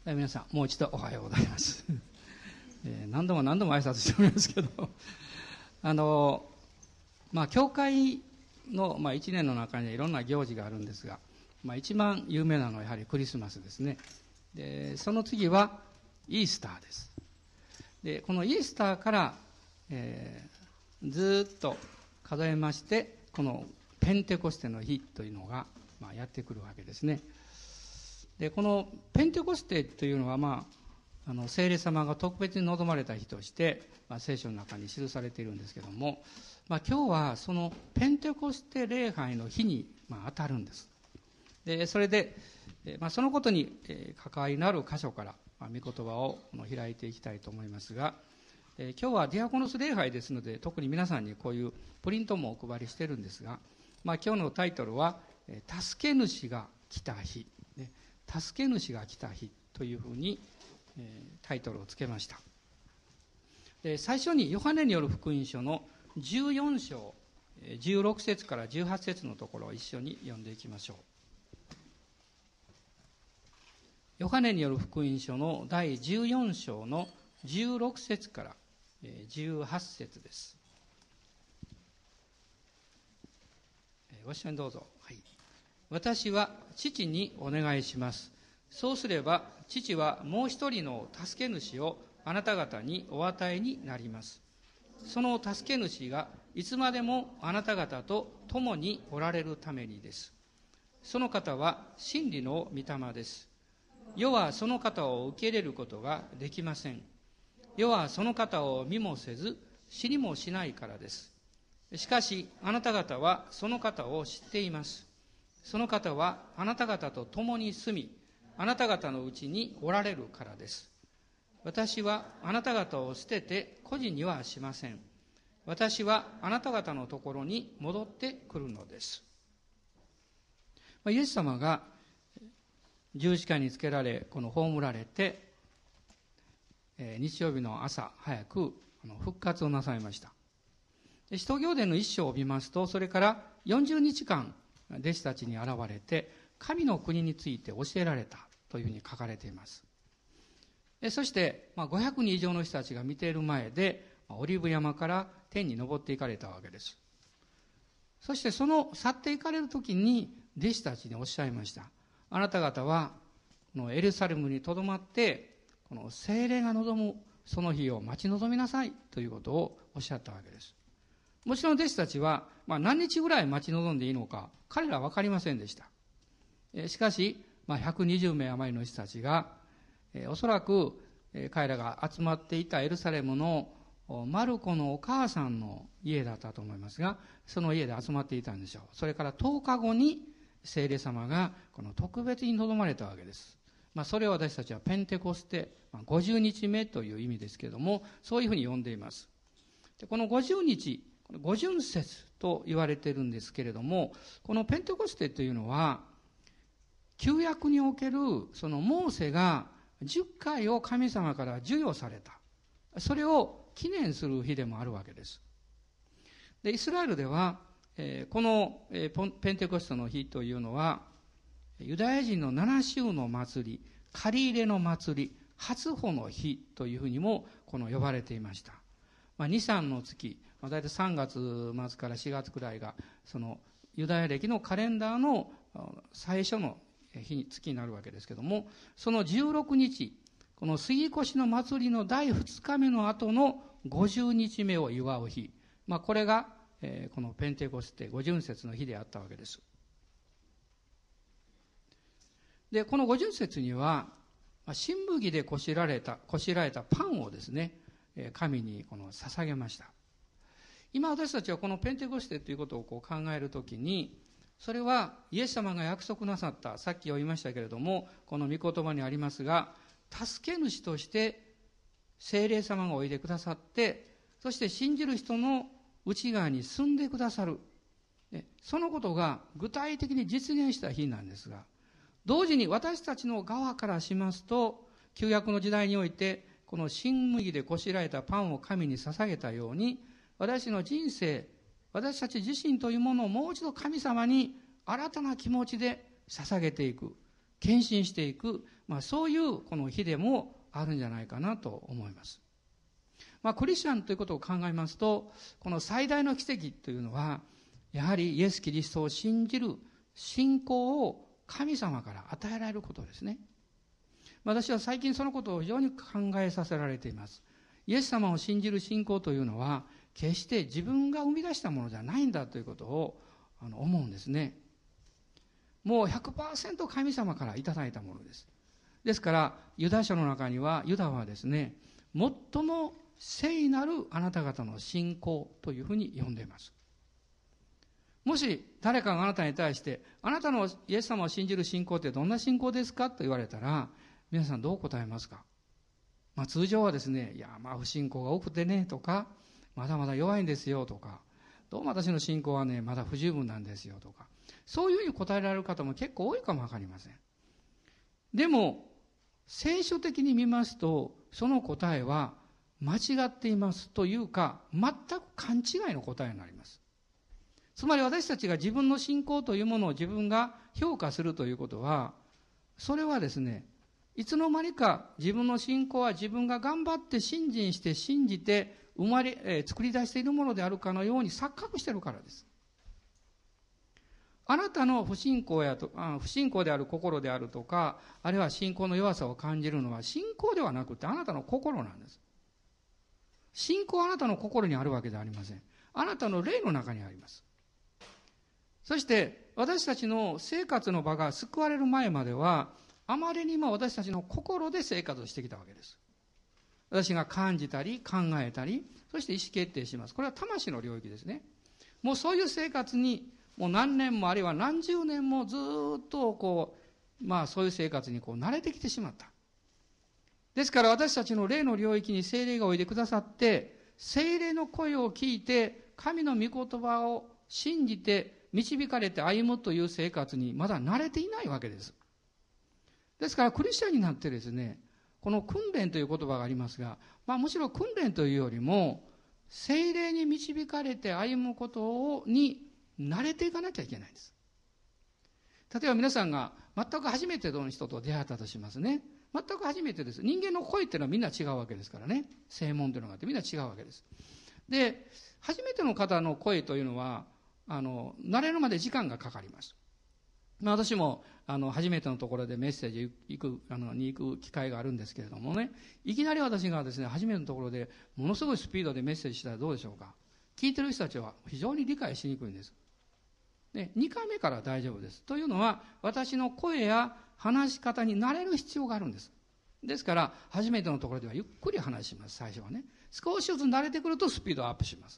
皆さんもう一度おはようございます、何度も何度も挨拶しておりますけど教会の、一年の中にはいろんな行事があるんですが、一番有名なのはやはりクリスマスですね。でその次はイースターです。でこのイースターから、ずっと数えまして、このペンテコステの日というのが、やってくるわけですね。でこのペンテコステというのは、聖霊様が特別に望まれた日として、聖書の中に記されているんですけども、今日はそのペンテコステ礼拝の日に、当たるんです。でそれで、そのことに関わりのある箇所から、御言葉を開いていきたいと思いますが、今日はディアコノス礼拝ですので、特に皆さんにこういうプリントもお配りしてるんですが、今日のタイトルは助け主が来た日、助け主が来た日というふうにタイトルをつけました。で最初にヨハネによる福音書の14章16節から18節のところを一緒に読んでいきましょう。ヨハネによる福音書の第14章の16節から18節です。ご一緒にどうぞ。はい。私は父にお願いします。そうすれば父はもう一人の助け主をあなた方にお与えになります。その助け主がいつまでもあなた方と共におられるためにです。その方は真理の御霊です。世はその方を受け入れることができません。世はその方を見もせず知りもしないからです。しかしあなた方はその方を知っています。その方はあなた方と共に住み、あなた方のうちにおられるからです。私はあなた方を捨てて孤児にはしません。私はあなた方のところに戻ってくるのです。イエス様が十字架につけられ、この葬られて、日曜日の朝早く復活をなさいました。使徒行伝の一章を見ますと、それから40日間弟子たちに現れて神の国について教えられたというふうに書かれています。そして500人以上の人たちが見ている前でオリーブ山から天に昇っていかれたわけです。そしてその去っていかれる時に弟子たちにおっしゃいました。あなた方はこのエルサレムにとどまってこの聖霊が望むその日を待ち望みなさいということをおっしゃったわけです。もちろん弟子たちは、何日ぐらい待ち望んでいいのか彼らは分かりませんでした。しかし、120名余りの人たちが、おそらく彼らが集まっていたエルサレムのマルコのお母さんの家だったと思いますが、その家で集まっていたんでしょう。それから10日後に聖霊様がこの特別に望まれたわけです。それを私たちはペンテコステ、50日目という意味ですけれども、そういうふうに呼んでいます。でこの50日、五旬節と言われているんですけれども、このペンテコステというのは旧約におけるそのモーセが10回を神様から授与された、それを記念する日でもあるわけです。でイスラエルではこのペンテコステの日というのはユダヤ人の7週の祭り、借り入れの祭り、初穂の日というふうにも呼ばれていました。2、3の月、大体3月末から4月くらいがそのユダヤ歴のカレンダーの最初の月になるわけですけども、その16日、この杉越の祭りの第2日目の後の50日目を祝う日、これがこのペンテコステ五旬節の日であったわけです。でこの五旬節には新麦でこしらえたパンをですね、神に捧げました。今私たちはこのペンテコステということを考えるときに、それはイエス様が約束なさった、さっき読みましたけれども、この御言葉にありますが、助け主として聖霊様がおいでくださって、そして信じる人の内側に住んでくださる、そのことが具体的に実現した日なんですが、同時に私たちの側からしますと、旧約の時代においてこの新麦でこしらえたパンを神に捧げたように、私の人生、私たち自身というものをもう一度神様に新たな気持ちで捧げていく、 献身していく、そういうこの日でもあるんじゃないかなと思います。クリスチャンということを考えますと、この最大の奇跡というのは、やはりイエス・キリストを信じる信仰を神様から与えられることですね。私は最近そのことを非常に考えさせられています。イエス様を信じる信仰というのは、決して自分が生み出したものじゃないんだということを思うんですね。もう 100% 神様からいただいたものです。ですから、ユダ書の中には、ユダはですね、最も聖なるあなた方の信仰というふうに呼んでいます。もし誰かがあなたに対して、あなたのイエス様を信じる信仰ってどんな信仰ですかと言われたら、皆さんどう答えますか？通常はですね、不信仰が多くてねとか、まだまだ弱いんですよとか、どうも私の信仰はね、まだ不十分なんですよとか、そういうふうに答えられる方も結構多いかもわかりません。でも、聖書的に見ますと、その答えは間違っていますというか、全く勘違いの答えになります。つまり私たちが自分の信仰というものを自分が評価するということは、それはですね、いつの間にか自分の信仰は自分が頑張って信心して信じて作り出しているものであるかのように錯覚しているからです。あなたの不信仰である心であるとか、あるいは信仰の弱さを感じるのは信仰ではなくてあなたの心なんです。信仰はあなたの心にあるわけではありません。あなたの霊の中にあります。そして私たちの生活の場が救われる前までは、あまりにも私たちの心で生活をしてきたわけです。私が感じたり考えたり、そして意思決定します。これは魂の領域ですね。もうそういう生活にもう何年もあるいは何十年もずっとそういう生活に慣れてきてしまった。ですから私たちの霊の領域に聖霊がおいでくださって、聖霊の声を聞いて神の御言葉を信じて導かれて歩むという生活にまだ慣れていないわけです。ですからクリスチャンになってですね、この訓練という言葉がありますが、むしろ訓練というよりも聖霊に導かれて歩むことに慣れていかなきゃいけないんです。例えば皆さんが全く初めての人と出会ったとしますね。全く初めてです。人間の声っていうのはみんな違うわけですからね。声紋というのがあってみんな違うわけです。で、初めての方の声というのは慣れるまで時間がかかります。私も初めてのところでメッセージに行く機会があるんですけれどもね、いきなり私がですね、初めてのところでものすごいスピードでメッセージしたらどうでしょうか。聞いてる人たちは非常に理解しにくいんです。で、2回目から大丈夫です。というのは、私の声や話し方に慣れる必要があるんです。ですから、初めてのところではゆっくり話します、最初はね。少しずつ慣れてくるとスピードアップします。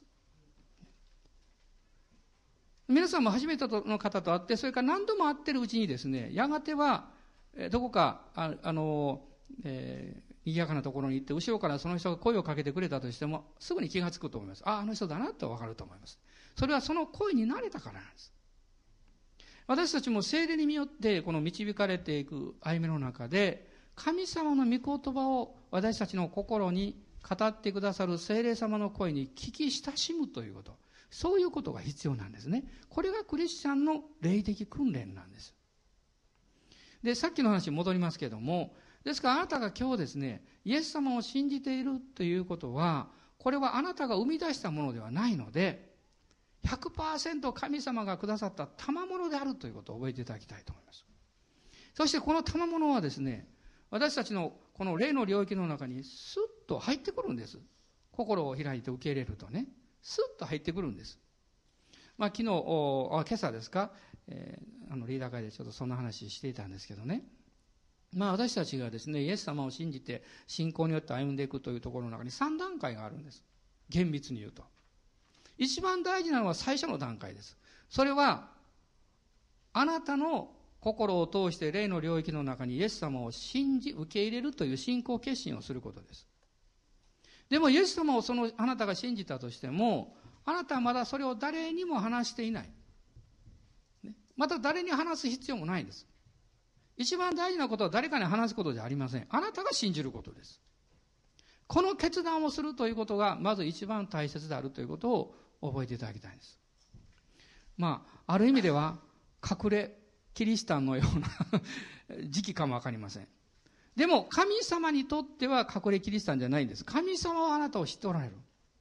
皆さんも初めての方と会って、それから何度も会ってるうちにですね、やがては、どこか、賑やかなところに行って、後ろからその人が声をかけてくれたとしても、すぐに気がつくと思います。あの人だなと分かると思います。それはその声に慣れたからなんです。私たちも聖霊によってこの導かれていく歩みの中で、神様の御言葉を私たちの心に語ってくださる聖霊様の声に聞き親しむということ、そういうことが必要なんですね。これがクリスチャンの霊的訓練なんです。で、さっきの話に戻りますけれども、ですからあなたが今日ですね、イエス様を信じているということは、これはあなたが生み出したものではないので、100% 神様がくださった賜物であるということを覚えていただきたいと思います。そしてこの賜物はですね、私たちのこの霊の領域の中にスッと入ってくるんです。心を開いて受け入れるとね、スッと入ってくるんです。今朝ですか、リーダー会でちょっとそんな話していたんですけどね、私たちがですね、イエス様を信じて信仰によって歩んでいくというところの中に3段階があるんです。厳密に言うと。一番大事なのは最初の段階です。それは、あなたの心を通して霊の領域の中にイエス様を信じ、受け入れるという信仰決心をすることです。でもイエス様をあなたが信じたとしても、あなたはまだそれを誰にも話していない。また誰に話す必要もないんです。一番大事なことは誰かに話すことじゃありません。あなたが信じることです。この決断をするということがまず一番大切であるということを覚えていただきたいんです。ある意味では隠れキリシタンのよう時期かもわかりません。でも神様にとっては隠れキリシタンじゃないんです。神様はあなたを知っておられる。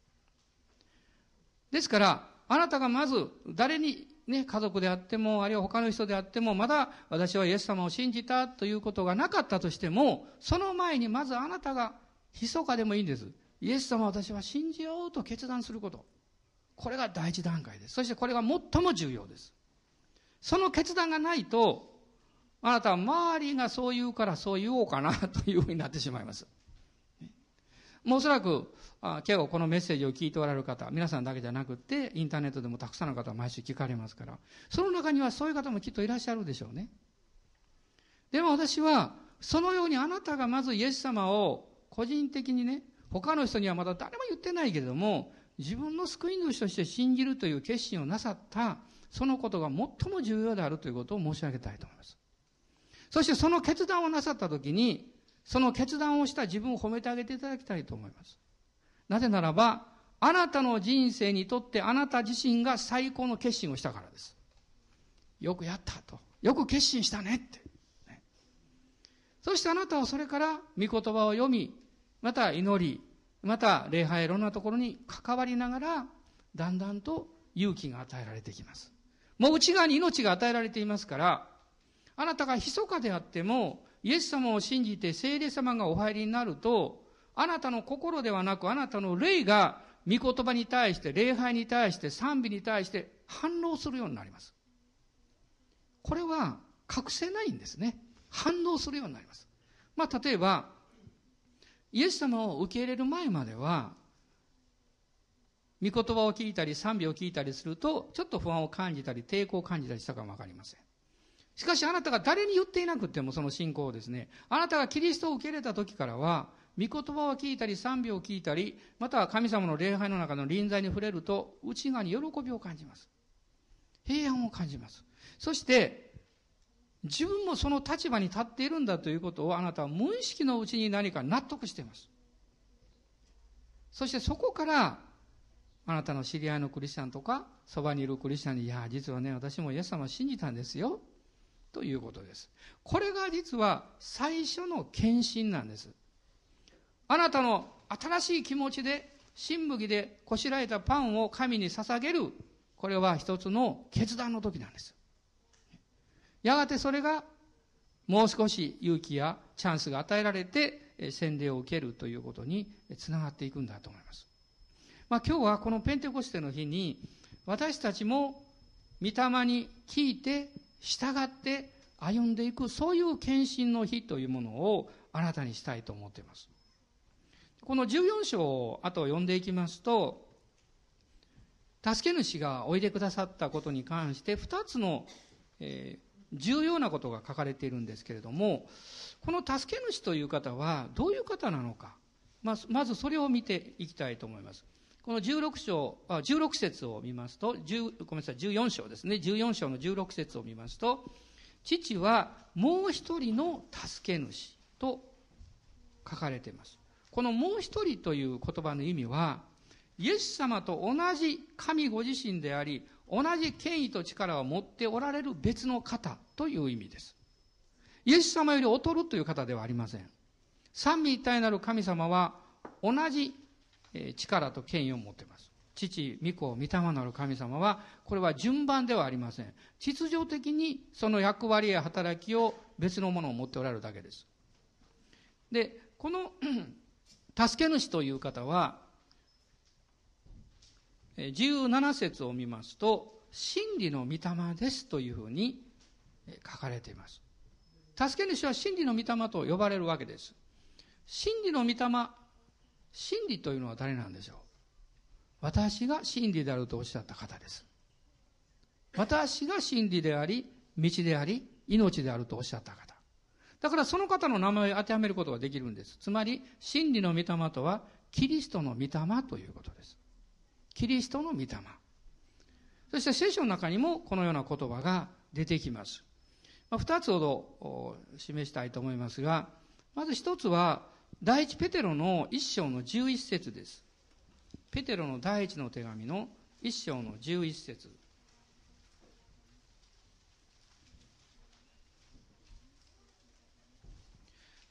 ですからあなたがまず誰にね、家族であっても、あるいは他の人であっても、まだ私はイエス様を信じたということがなかったとしても、その前にまずあなたが密かでもいいんです。イエス様を私は信じようと決断すること。これが第一段階です。そしてこれが最も重要です。その決断がないと、あなたは周りがそう言うからそう言おうかなというふうになってしまいます。もうおそらく、今日このメッセージを聞いておられる方、皆さんだけじゃなくて、インターネットでもたくさんの方が毎週聞かれますから、その中にはそういう方もきっといらっしゃるでしょうね。でも私は、そのようにあなたがまずイエス様を個人的にね、他の人にはまだ誰も言ってないけれども、自分の救い主として信じるという決心をなさった、そのことが最も重要であるということを申し上げたいと思います。そしてその決断をなさったときに、その決断をした自分を褒めてあげていただきたいと思います。なぜならば、あなたの人生にとってあなた自身が最高の決心をしたからです。よくやったと。よく決心したねって。ね、そしてあなたはそれから御言葉を読み、また祈り、また礼拝いろんなところに関わりながら、だんだんと勇気が与えられてきます。もう内側に命が与えられていますから、あなたが密かであっても、イエス様を信じて聖霊様がお入りになると、あなたの心ではなく、あなたの霊が御言葉に対して、礼拝に対して、賛美に対して反応するようになります。これは隠せないんですね。反応するようになります。例えば、イエス様を受け入れる前までは、御言葉を聞いたり賛美を聞いたりすると、ちょっと不安を感じたり抵抗を感じたりしたかもわかりません。しかしあなたが誰に言っていなくてもその信仰をですね、あなたがキリストを受け入れた時からは、御言葉を聞いたり賛美を聞いたり、または神様の礼拝の中の臨在に触れると、内側に喜びを感じます。平安を感じます。そして、自分もその立場に立っているんだということをあなたは無意識のうちに何か納得しています。そしてそこから、あなたの知り合いのクリスチャンとか、そばにいるクリスチャンに、いや、実はね、私もイエス様を信じたんですよ。ということです。これが実は最初の献身なんです。あなたの新しい気持ちで、新麦でこしらえたパンを神に捧げる、これは一つの決断の時なんです。やがてそれがもう少し勇気やチャンスが与えられて洗礼を受けるということにつながっていくんだと思います。今日はこのペンテコステの日に私たちも御霊に聞いて従って歩んでいく、そういう献身の日というものをあなたにしたいと思っています。この14章を後を読んでいきますと、助け主がおいでくださったことに関して2つの、重要なことが書かれているんですけれども、この助け主という方はどういう方なのか、まずそれを見ていきたいと思います。この16節を見ますと、14章ですね、14章の16節を見ますと、父はもう一人の助け主と書かれています。このもう一人という言葉の意味は、イエス様と同じ神ご自身であり、同じ権威と力を持っておられる別の方という意味です。イエス様より劣るという方ではありません。三位一体なる神様は同じ力と権威を持っています。父、御子、御霊なる神様は、これは順番ではありません。秩序的にその役割や働きを別のものを持っておられるだけです。で、この助け主という方は、17節を見ますと、真理の御霊ですというふうに書かれています。助け主は真理の御霊と呼ばれるわけです。真理の御霊、真理というのは誰なんでしょう。私が真理であるとおっしゃった方です。私が真理であり、道であり、命であるとおっしゃった方。だからその方の名前を当てはめることができるんです。つまり、真理の御霊とは、キリストの御霊ということです。キリストの御霊。そして聖書の中にもこのような言葉が出てきます。二つほど示したいと思いますが、まず一つは、第一ペテロの1章の11節です。ペテロの第一の手紙の1章の11節。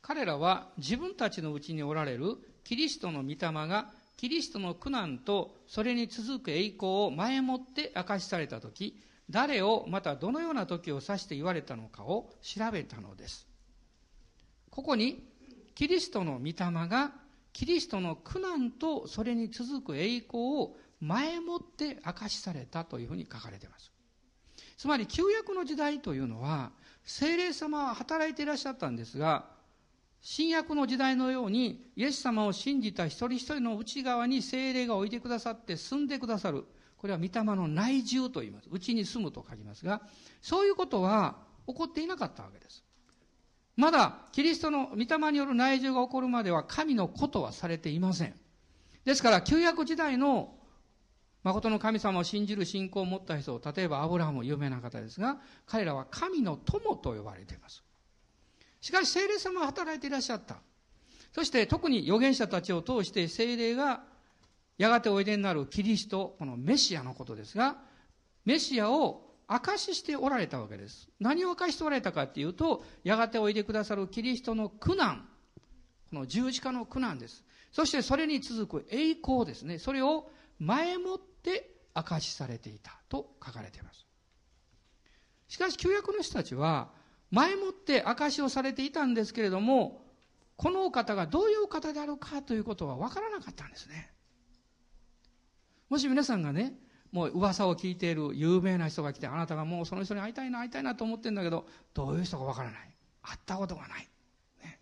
彼らは自分たちのうちにおられるキリストの御霊がキリストの苦難とそれに続く栄光を前もって明かしされたとき、誰をまたどのような時を指して言われたのかを調べたのです。ここにキリストの御霊がキリストの苦難とそれに続く栄光を前もって明かしされたというふうに書かれています。つまり旧約の時代というのは聖霊様は働いていらっしゃったんですが、新約の時代のようにイエス様を信じた一人一人の内側に聖霊がおいてくださって住んでくださる、これは御霊の内住と言います。内に住むと書きますが、そういうことは起こっていなかったわけです。まだキリストの御霊による内住が起こるまでは神のことはされていません。ですから旧約時代の誠の神様を信じる信仰を持った人、例えばアブラハム有名な方ですが、彼らは神の友と呼ばれています。しかし聖霊様は働いていらっしゃった。そして特に預言者たちを通して聖霊がやがておいでになるキリスト、このメシアのことですが、メシアを証ししておられたわけです。何を証ししておられたかというと、やがておいでくださるキリストの苦難、この十字架の苦難です。そしてそれに続く栄光ですね。それを前もって証しされていたと書かれています。しかし旧約の人たちは前もって証しをされていたんですけれども、このお方がどういうお方であるかということは分からなかったんですね。もし皆さんがね、もう噂を聞いている有名な人が来て、あなたがもうその人に会いたいなと思ってるんだけど、どういう人か分からない。会ったことがない。ね、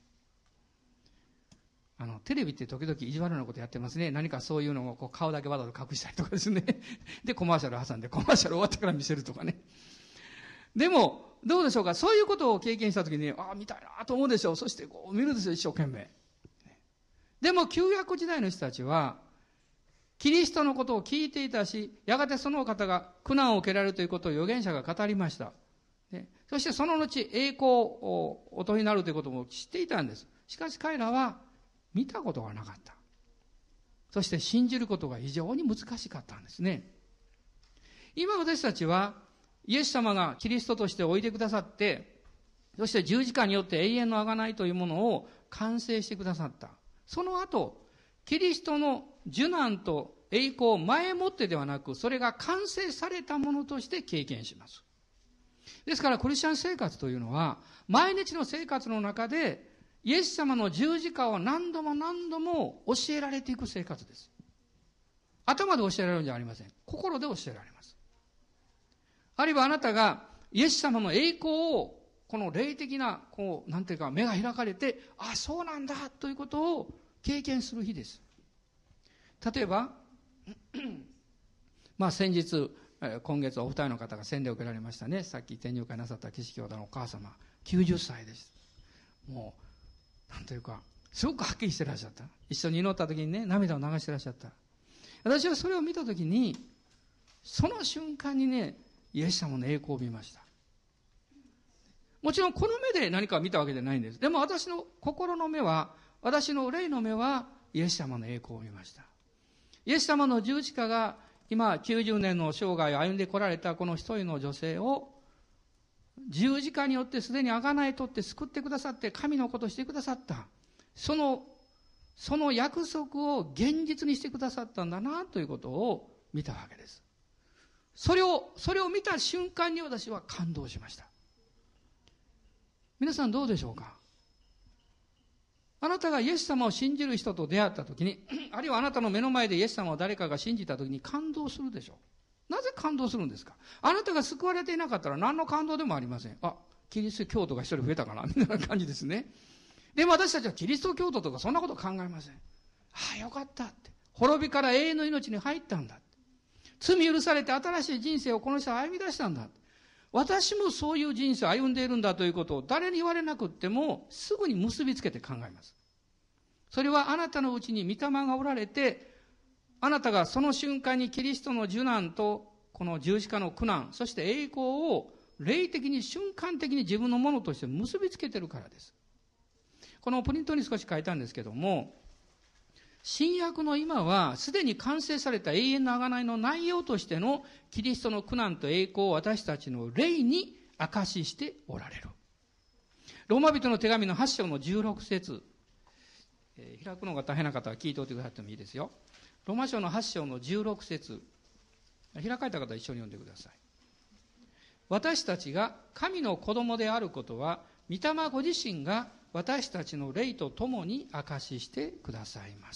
テレビって時々意地悪なことやってますね。何かそういうのをこう顔だけわざと隠したりとかですね。で、コマーシャル挟んで、コマーシャル終わってから見せるとかね。でも、どうでしょうか。そういうことを経験したときに、見たいなと思うでしょう。そしてこう見るんですよ、一生懸命。でも、旧約時代の人たちは、キリストのことを聞いていたし、やがてそのお方が苦難を受けられるということを預言者が語りました。そしてその後、栄光をおとりになるということも知っていたんです。しかし彼らは見たことがなかった。そして信じることが非常に難しかったんですね。今私たちは、イエス様がキリストとしておいでくださって、そして十字架によって永遠の贖いというものを完成してくださった。その後、キリストの受難と栄光を前もってではなく、それが完成されたものとして経験します。ですからクリスチャン生活というのは、毎日の生活の中でイエス様の十字架を何度も何度も教えられていく生活です。頭で教えられるんじゃありません。心で教えられます。あるいはあなたがイエス様の栄光を、この霊的な、なんていうか、目が開かれて、そうなんだということを経験する日です。例えば、先日、今月お二人の方が洗礼を受けられましたね。さっき転入会なさった岸兄弟のお母様、90歳です。もう、なんというか、すごくはっきりしてらっしゃった。一緒に祈った時にね、涙を流してらっしゃった。私はそれを見た時に、その瞬間にね、イエス様の栄光を見ました。もちろんこの目で何かを見たわけじゃないんです。でも私の心の目は、私の霊の目はイエス様の栄光を見ました。イエス様の十字架が今90年の生涯を歩んでこられたこの一人の女性を十字架によってすでに贖い取って救ってくださって神のことをしてくださった。その約束を現実にしてくださったんだなということを見たわけです。それを見た瞬間に私は感動しました。皆さんどうでしょうか。あなたがイエス様を信じる人と出会ったときに、あるいはあなたの目の前でイエス様を誰かが信じたときに感動するでしょう。なぜ感動するんですか。あなたが救われていなかったら何の感動でもありません。キリスト教徒が一人増えたかなみたいな感じですね。でも私たちはキリスト教徒とかそんなこと考えません。よかったって。滅びから永遠の命に入ったんだ。罪許されて新しい人生をこの人は歩み出したんだ。私もそういう人生を歩んでいるんだということを誰に言われなくってもすぐに結びつけて考えます。それはあなたのうちに御霊がおられて、あなたがその瞬間にキリストの受難とこの十字架の苦難、そして栄光を霊的に瞬間的に自分のものとして結びつけているからです。このプリントに少し書いたんですけども、新約の今はすでに完成された永遠の贖いの内容としてのキリストの苦難と栄光を私たちの霊に証ししておられる。 ローマ人の手紙の8章の16節、開くのが大変な方は聞いておいてくださってもいいですよ。ローマ書の8章の16節、開かれた方は一緒に読んでください。私たちが神の子供であることは、御霊ご自身が私たちの霊とともに証ししてくださいます。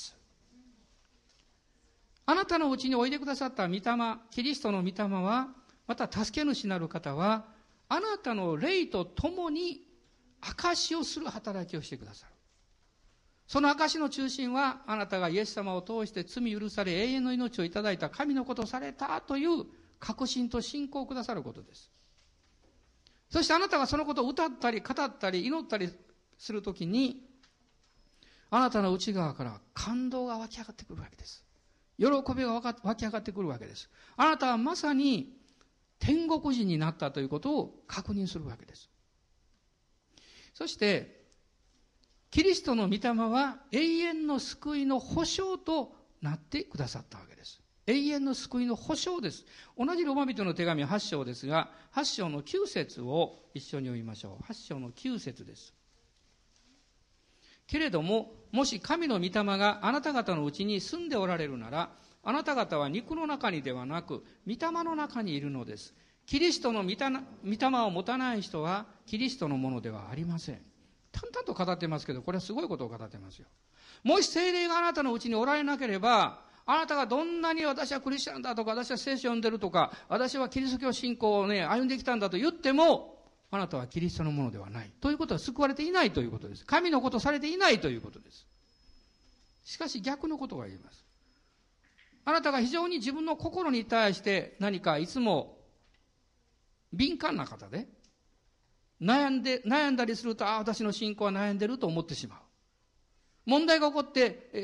あなたのうちにおいでくださった御霊、キリストの御霊は、また助け主なる方は、あなたの霊とともに証しをする働きをしてくださる。その証しの中心は、あなたがイエス様を通して罪許され永遠の命をいただいた神のことをされたという確信と信仰をくださることです。そしてあなたがそのことを歌ったり語ったり祈ったりするときに、あなたの内側から感動が湧き上がってくるわけです。喜びが湧き上がってくるわけです。あなたはまさに天国人になったということを確認するわけです。そしてキリストの御霊は永遠の救いの保証となってくださったわけです。永遠の救いの保証です。同じローマ人の手紙8章ですが、8章の9節を一緒に読みましょう。8章の9節です。けれども、もし神の御霊があなた方のうちに住んでおられるなら、あなた方は肉の中にではなく、御霊の中にいるのです。キリストの御霊を持たない人は、キリストのものではありません。淡々と語ってますけど、これはすごいことを語ってますよ。もし聖霊があなたのうちにおられなければ、あなたがどんなに私はクリスチャンだとか、私は聖書を読んでるとか、私はキリスト教信仰を歩んできたんだと言っても、あなたはキリストのものではない。ということは救われていないということです。神のことされていないということです。しかし逆のことが言えます。あなたが非常に自分の心に対して何かいつも敏感な方で、悩んだりすると、私の信仰は悩んでると思ってしまう。問題が起こって、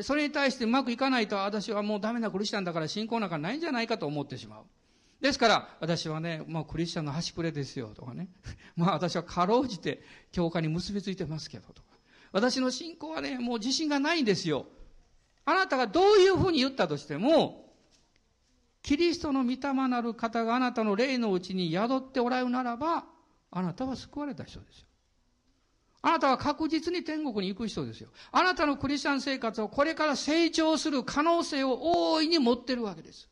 それに対してうまくいかないと、私はもうダメなクリスチャンだから信仰なんかないんじゃないかと思ってしまう。ですから、私はね、もうクリスチャンの端くれですよとかね。私はかろうじて教会に結びついてますけどとか。私の信仰はね、もう自信がないんですよ。あなたがどういうふうに言ったとしても、キリストの御霊なる方があなたの霊のうちに宿っておられるならば、あなたは救われた人ですよ。あなたは確実に天国に行く人ですよ。あなたのクリスチャン生活をこれから成長する可能性を大いに持っているわけです。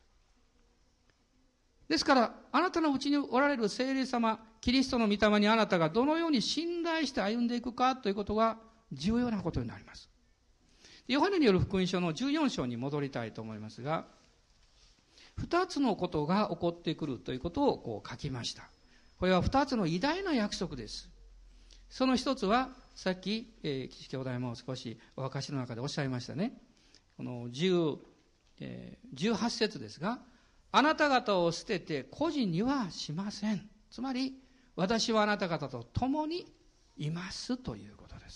ですから、あなたのうちにおられる聖霊様、キリストの御霊にあなたがどのように信頼して歩んでいくかということが重要なことになります。ヨハネによる福音書の14章に戻りたいと思いますが、二つのことが起こってくるということを書きました。これは二つの偉大な約束です。その一つは、さっき、岸兄弟も少しお証の中でおっしゃいましたね。この18節ですが、あなた方を捨てて個人にはしません。つまり、私はあなた方と共にいますということです。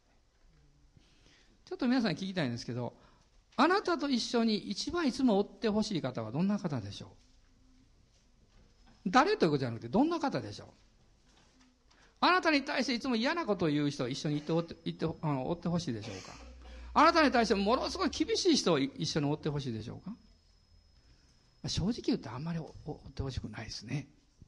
ちょっと皆さんに聞きたいんですけど、あなたと一緒に一番いつも追ってほしい方はどんな方でしょう？誰ということじゃなくて、どんな方でしょう？あなたに対していつも嫌なことを言う人を一緒に追ってほしいでしょうか？あなたに対してものすごい厳しい人を一緒に追ってほしいでしょうか？正直言ってあんまり追ってほしくないですね。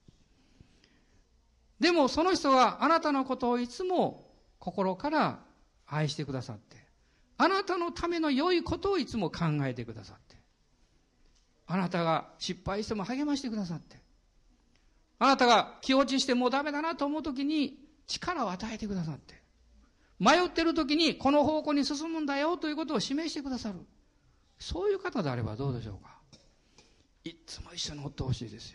でもその人はあなたのことをいつも心から愛してくださって、あなたのための良いことをいつも考えてくださって、あなたが失敗しても励ましてくださって、あなたが気落ちしてもうダメだなと思うときに力を与えてくださって、迷っているときにこの方向に進むんだよということを示してくださる。そういう方であればどうでしょうか。いつも一緒に追ってほしいですよ。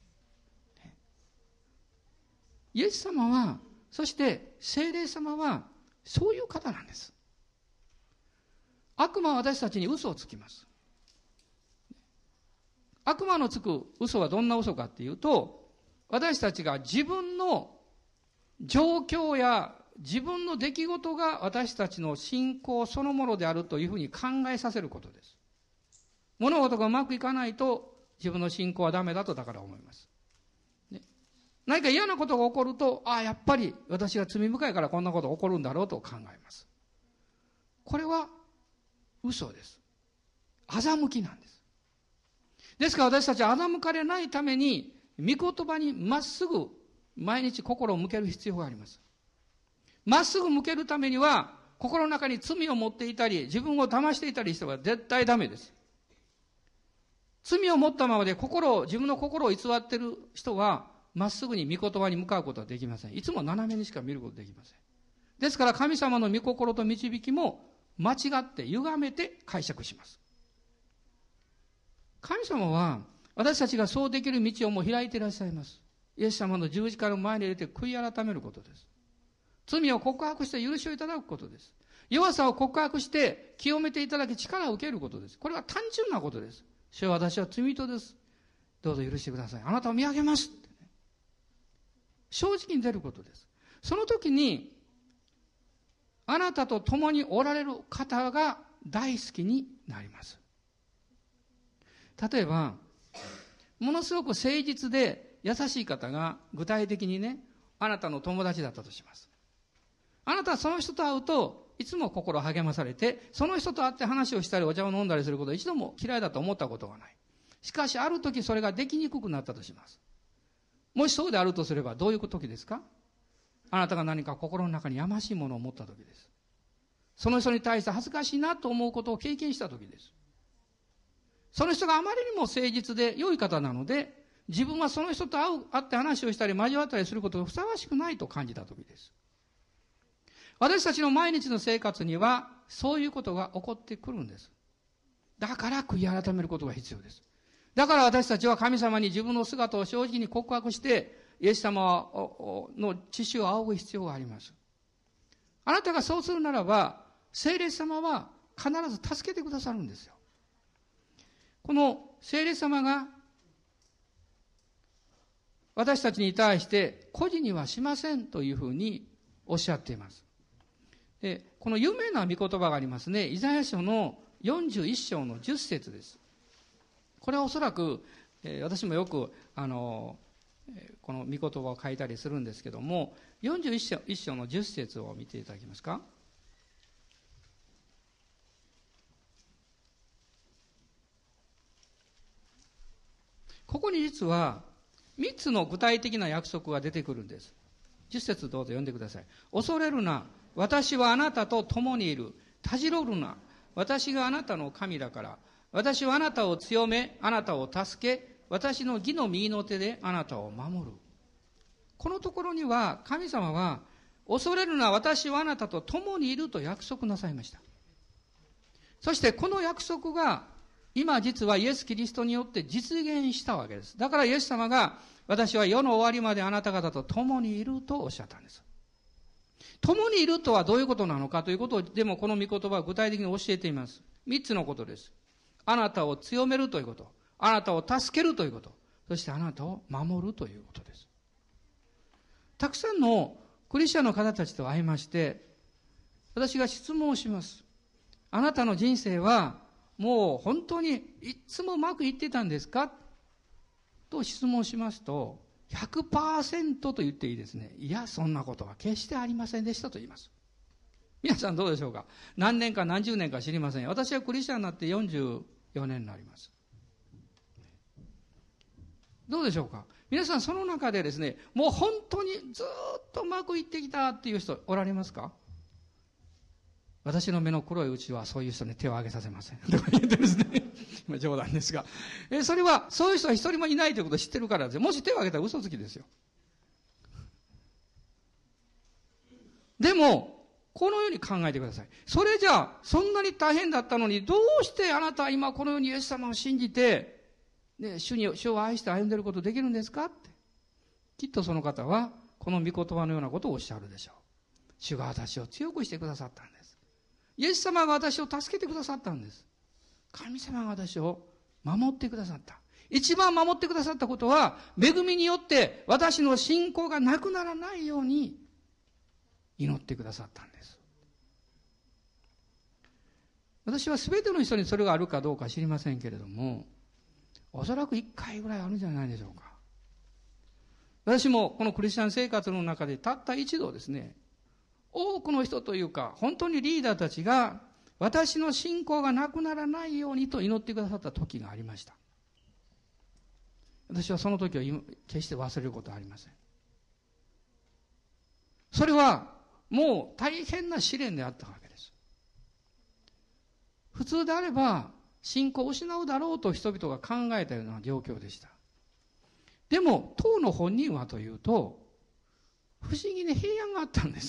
イエス様は、そして聖霊様はそういう方なんです。悪魔は私たちに嘘をつきます。悪魔のつく嘘はどんな嘘かっていうと、私たちが自分の状況や自分の出来事が私たちの信仰そのものであるというふうに考えさせることです。物事がうまくいかないと自分の信仰はダメだとだから思います。ね、何か嫌なことが起こると、やっぱり私が罪深いからこんなことが起こるんだろうと考えます。これは嘘です。欺きなんです。ですから私たちは欺かれないために、御言葉にまっすぐ毎日心を向ける必要があります。 まっすぐ向けるためには、心の中に罪を持っていたり、自分を騙していたりしては絶対ダメです。罪を持ったままで自分の心を偽っている人は、まっすぐに御言葉に向かうことはできません。いつも斜めにしか見ることができません。ですから神様の御心と導きも間違って歪めて解釈します。神様は私たちがそうできる道をもう開いていらっしゃいます。イエス様の十字架の前に入れて悔い改めることです。罪を告白して許しをいただくことです。弱さを告白して清めていただき力を受けることです。これは単純なことです。主よ、私は罪人です。どうぞ許してください。あなたを見上げます。ってね、正直に出ることです。その時に、あなたと共におられる方が大好きになります。例えば、ものすごく誠実で優しい方が具体的にね、あなたの友達だったとします。あなたはその人と会うと、いつも心励まされて、その人と会って話をしたりお茶を飲んだりすることは一度も嫌いだと思ったことがない。しかし、ある時それができにくくなったとします。もしそうであるとすれば、どういう時ですか？あなたが何か心の中にやましいものを持った時です。その人に対して恥ずかしいなと思うことを経験した時です。その人があまりにも誠実で良い方なので、自分はその人と会って話をしたり交わったりすることがふさわしくないと感じた時です。私たちの毎日の生活にはそういうことが起こってくるんです。だから悔い改めることが必要です。だから私たちは神様に自分の姿を正直に告白して、イエス様の血潮を仰ぐ必要があります。あなたがそうするならば、聖霊様は必ず助けてくださるんですよ。この聖霊様が私たちに対して孤児にはしませんというふうにおっしゃっています。で、この有名な御言葉がありますね。イザヤ書の41章の10節です。これはおそらく、私もよくこの御言葉を書いたりするんですけども、41章の10節を見ていただけますか。ここに実は3つの具体的な約束が出てくるんです。10節どうぞ読んでください。恐れるな、私はあなたと共にいる。たじろるな、私があなたの神だから。私はあなたを強め、あなたを助け、私の義の右の手であなたを守る。このところには神様は、恐れるな、私はあなたと共にいると約束なさいました。そしてこの約束が今実はイエス・キリストによって実現したわけです。だからイエス様が、私は世の終わりまであなた方と共にいるとおっしゃったんです。共にいるとはどういうことなのかということを、でもこの御言葉は具体的に教えています。3つのことです。あなたを強めるということ、あなたを助けるということ、そしてあなたを守るということです。たくさんのクリスチャンの方たちと会いまして、私が質問をします。あなたの人生はもう本当にいつもうまくいってたんですかと質問しますと、100% と言っていいですね。いや、そんなことは決してありませんでしたと言います。皆さんどうでしょうか。何年か何十年か知りません。私はクリスチャンになって44年になります。どうでしょうか。皆さんその中でですね、もう本当にずっとうまくいってきたっていう人おられますか。私の目の黒いうちはそういう人に手を挙げさせませんとか言ってですね今冗談ですが、それはそういう人は一人もいないということを知ってるからですよ。もし手を挙げたら嘘つきですよ。でもこのように考えてください。それじゃあそんなに大変だったのに、どうしてあなたは今このようにイエス様を信じて、ね、主を愛して歩んでいることできるんですかって、きっとその方はこの御言葉のようなことをおっしゃるでしょう。主が私を強くしてくださったんです。イエス様が私を助けてくださったんです。神様が私を守ってくださった。一番守ってくださったことは、恵みによって私の信仰がなくならないように祈ってくださったんです。私は全ての人にそれがあるかどうか知りませんけれども、おそらく1回ぐらいあるんじゃないでしょうか。私もこのクリスチャン生活の中でたった一度ですね、多くの人というか本当にリーダーたちが私の信仰がなくならないようにと祈ってくださった時がありました。私はその時を決して忘れることはありません。それはもう大変な試練であったわけです。普通であれば信仰を失うだろうと人々が考えたような状況でした。でも当の本人はというと、不思議に平安があったんです。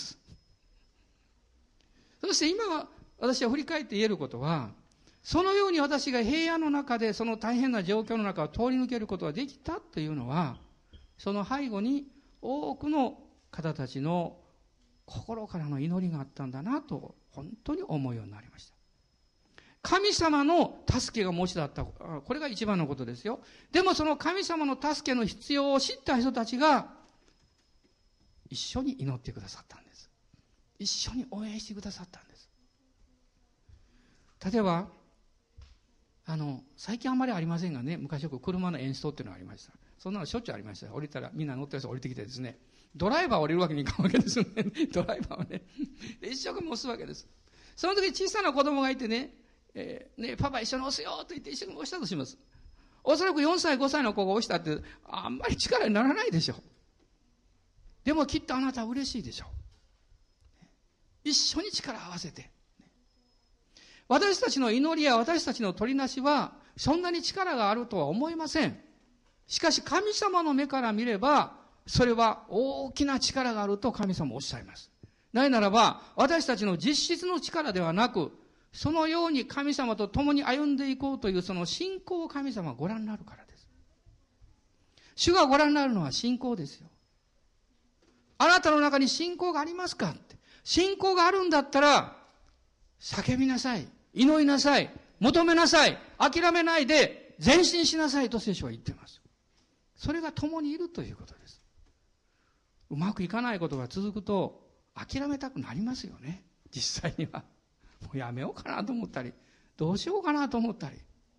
そして今は私は振り返って言えることは、そのように私が平安の中でその大変な状況の中を通り抜けることができたというのは、その背後に多くの方たちの心からの祈りがあったんだなと本当に思うようになりました。神様の助けがもしだった、これが一番のことですよ。でもその神様の助けの必要を知った人たちが一緒に祈ってくださったんです。一緒に応援してくださったんです。例えば最近あんまりありませんがね、昔よく車のエンストっていうのがありました。そんなのしょっちゅうありました。降りたらみんな乗ってる人降りてきてですね、ドライバー降りるわけにいかんわけですよね。ドライバーはね、一生懸命押すわけです。その時小さな子供がいてね、パパ一緒に押すよと言って一生懸命押したとします。おそらく4歳5歳の子が押したってあんまり力にならないでしょう。でもきっとあなたは嬉しいでしょう。一緒に力を合わせて、私たちの祈りや私たちの取りなしはそんなに力があるとは思いません。しかし神様の目から見ればそれは大きな力があると神様おっしゃいます。なぜならば私たちの実質の力ではなく、そのように神様と共に歩んでいこうというその信仰を神様はご覧になるからです。主がご覧になるのは信仰ですよ。あなたの中に信仰がありますかって。信仰があるんだったら叫びなさい、祈りなさい、求めなさい、諦めないで前進しなさいと聖書は言っています。それが共にいるということです。うまくいかないことが続くと諦めたくなりますよね。実際にはもうやめようかなと思ったり、どうしようかなと思ったり。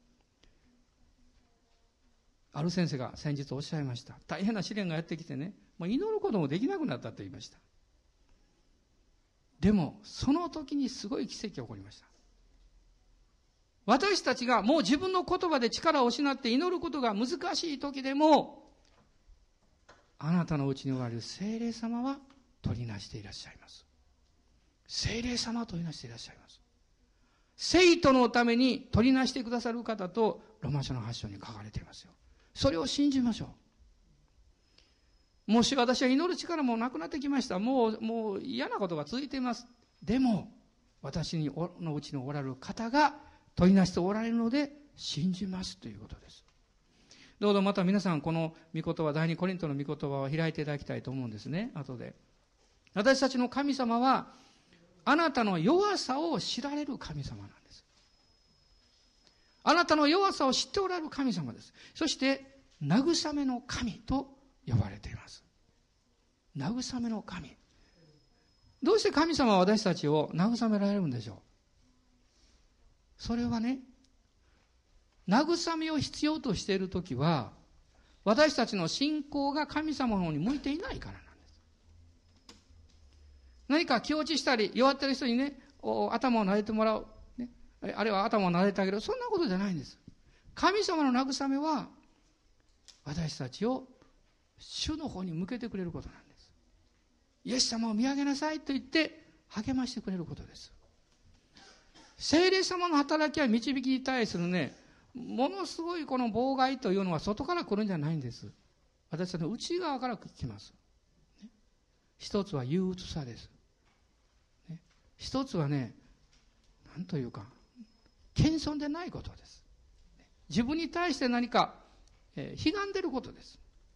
ある先生が先日おっしゃいました。大変な試練がやってきてね、もう祈ることもできなくなったと言いました。でもその時にすごい奇跡が起こりました。私たちがもう自分の言葉で力を失って祈ることが難しい時でも、あなたのうちにおられる聖霊様は取りなしていらっしゃいます。聖霊様は取りなしていらっしゃいます。聖徒のために取りなしてくださる方とローマ書の8章に書かれていますよ。それを信じましょう。もし私は祈る力もなくなってきました。もう嫌なことが続いています。でも私のうちにおられる方が取りなしておられるので信じますということです。どうぞまた皆さんこの御言葉、第二コリントの御言葉を開いていただきたいと思うんですね。後で私たちの神様はあなたの弱さを知られる神様なんです。あなたの弱さを知っておられる神様です。そして慰めの神と呼ばれています。慰めの神。どうして神様は私たちを慰められるんでしょう。それはね、慰めを必要としているときは私たちの信仰が神様の方に向いていないからなんです。何か気落ちしたり弱っている人にね、頭を撫でてもらう、ね、あるいは頭を撫でてあげる、そんなことじゃないんです。神様の慰めは私たちを主の方に向けてくれることなんです。イエス様を見上げなさいと言って励ましてくれることです。聖霊様の働きや導きに対するね、ものすごいこの妨害というのは外から来るんじゃないんです。私たちの内側から来ます。一つは憂鬱さです。一つはね、なんというか謙遜でないことです。自分に対して何かひがんでることです。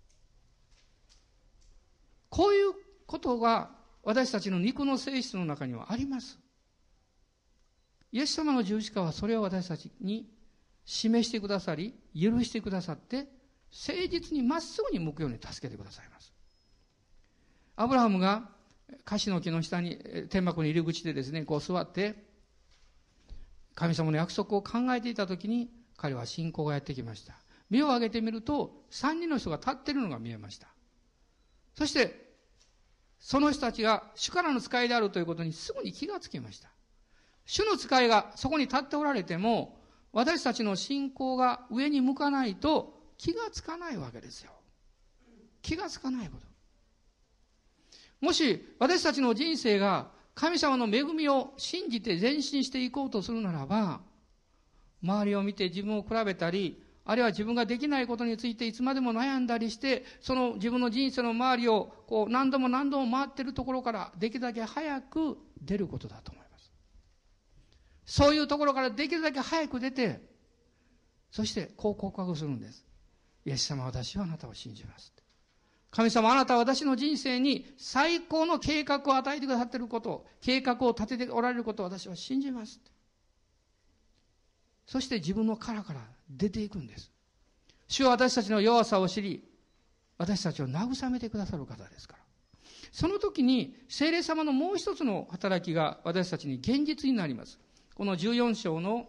こういうことが私たちの肉の性質の中にはあります。イエス様の十字架はそれを私たちに示してくださり、許してくださって、誠実にまっすぐに向くように助けてくださいます。アブラハムがカシの木の下に天幕の入り口でですね、こう座って神様の約束を考えていたときに、彼は信仰がやってきました。目を上げてみると3人の人が立っているのが見えました。そしてその人たちが主からの使いであるということにすぐに気がつきました。主の使いがそこに立っておられても、私たちの信仰が上に向かないと気がつかないわけですよ。気がつかないこと。 もし私たちの人生が神様の恵みを信じて前進していこうとするならば、周りを見て自分を比べたり、あるいは自分ができないことについていつまでも悩んだりして、その自分の人生の周りを何度も何度も回っているところからできるだけ早く出ることだと思います。そういうところからできるだけ早く出て、そしてこう告白するんです。イエス様、私はあなたを信じます。神様、あなたは私の人生に最高の計画を与えてくださっていること、計画を立てておられることを私は信じます。そして自分の殻から出ていくんです。主は私たちの弱さを知り、私たちを慰めてくださる方ですから。その時に聖霊様のもう一つの働きが私たちに現実になります。この14章の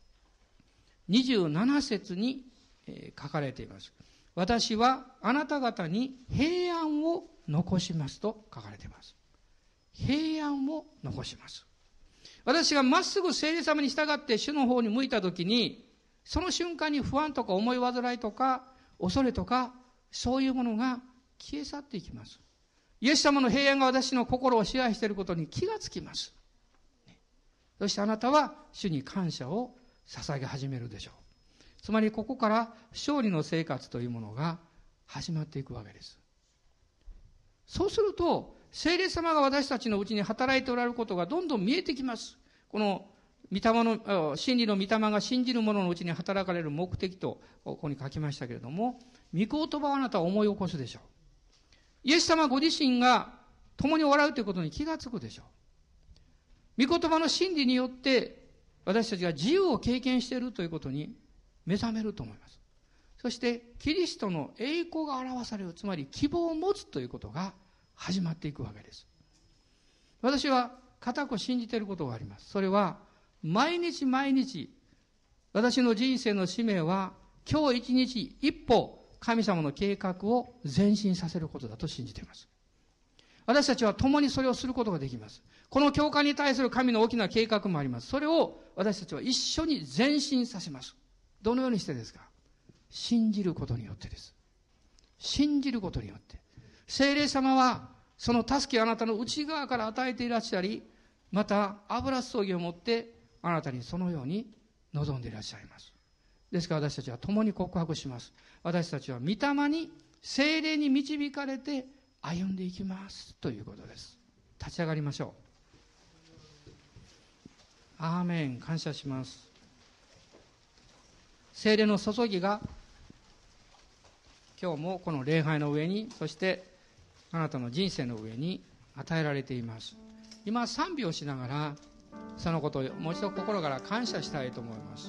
27節に書かれています。私はあなた方に平安を残しますと書かれています。平安を残します。私がまっすぐ聖霊様に従って主の方に向いたときに、その瞬間に不安とか思い煩いとか恐れとかそういうものが消え去っていきます。イエス様の平安が私の心を支配していることに気がつきます。そしてあなたは主に感謝を捧げ始めるでしょう。つまりここから勝利の生活というものが始まっていくわけです。そうすると聖霊様が私たちのうちに働いておられることがどんどん見えてきます。この御霊の真理の御霊が信じる者のうちに働かれる目的とここに書きましたけれども、御言葉をあなたは思い起こすでしょう。イエス様ご自身が共におられるということに気がつくでしょう。御言葉の真理によって私たちが自由を経験しているということに目覚めると思います。そしてキリストの栄光が表される、つまり希望を持つということが始まっていくわけです。私は固く信じていることがあります。それは毎日毎日私の人生の使命は今日一日一歩神様の計画を前進させることだと信じています。私たちは共にそれをすることができます。この教会に対する神の大きな計画もあります。それを私たちは一緒に前進させます。どのようにしてですか？信じることによってです。信じることによって。聖霊様はその助けをあなたの内側から与えていらっしゃり、また油注ぎを持ってあなたにそのように望んでいらっしゃいます。ですから私たちは共に告白します。私たちは御霊に聖霊に導かれて歩んでいきますということです。立ち上がりましょう。アーメン。感謝します。聖霊の注ぎが今日もこの礼拝の上に、そしてあなたの人生の上に与えられています。今賛美をしながらそのことをもう一度心から感謝したいと思います。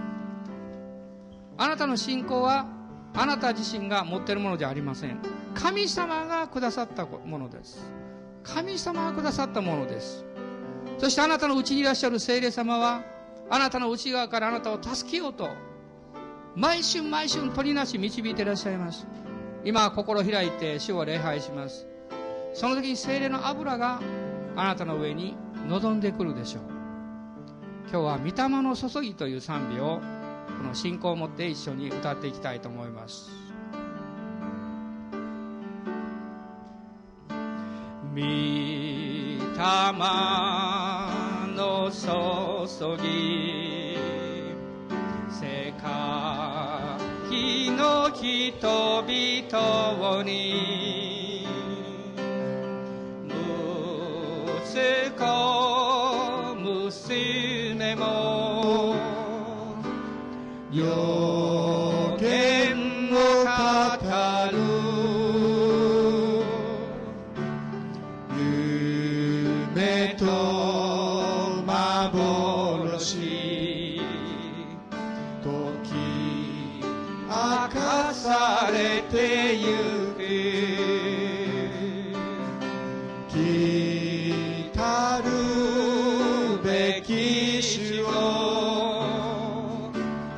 あなたの信仰はあなた自身が持っているものではありません。神様がくださったものです。神様がくださったものです。そしてあなたのうちにいらっしゃる聖霊様はあなたの内側からあなたを助けようと毎春毎春取りなし導いていらっしゃいます。今心を開いて主を礼拝します。その時に聖霊の油があなたの上に臨んでくるでしょう。今日は御霊の注ぎという賛美をこの信仰を持って一緒に歌っていきたいと思います。御霊の注ぎ、世界の人々に息子娘も予言を語る、夢と幻時明かされてゆく、来たるべき主を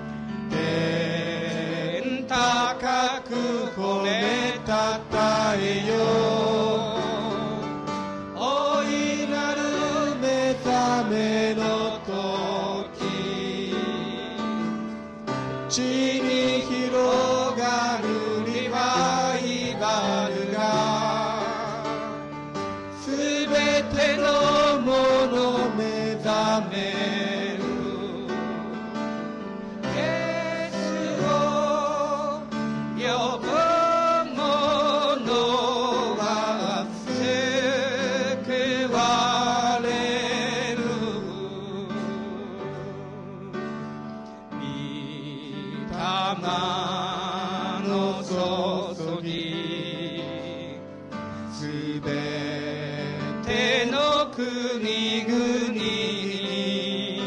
天高く褒めたたえよう。大いなる目覚めの時、地に広がるリバイバルが様の注ぎ、すべての国々に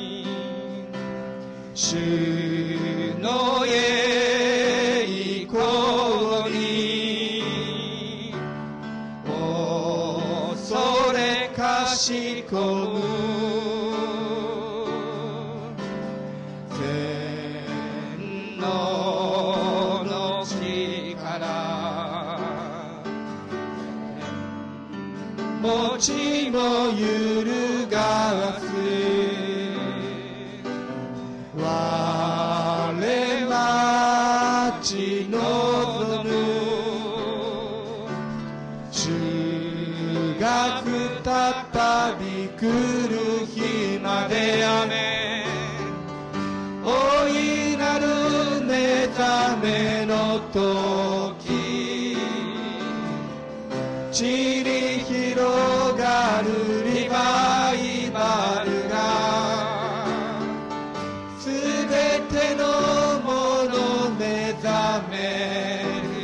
主の栄光に恐れかしこむ天皇の力、持ちも揺るがす我待ち望む主が再び来る日まで。アメン。大いなる目覚めの時、地に広がるリバイバルがすべてのもの目覚める。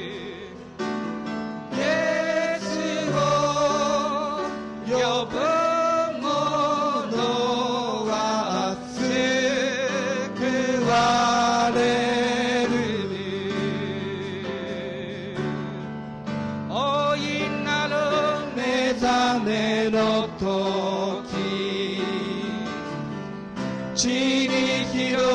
イエスを呼ぶ者は救われる。大いなる目覚めの時、地に広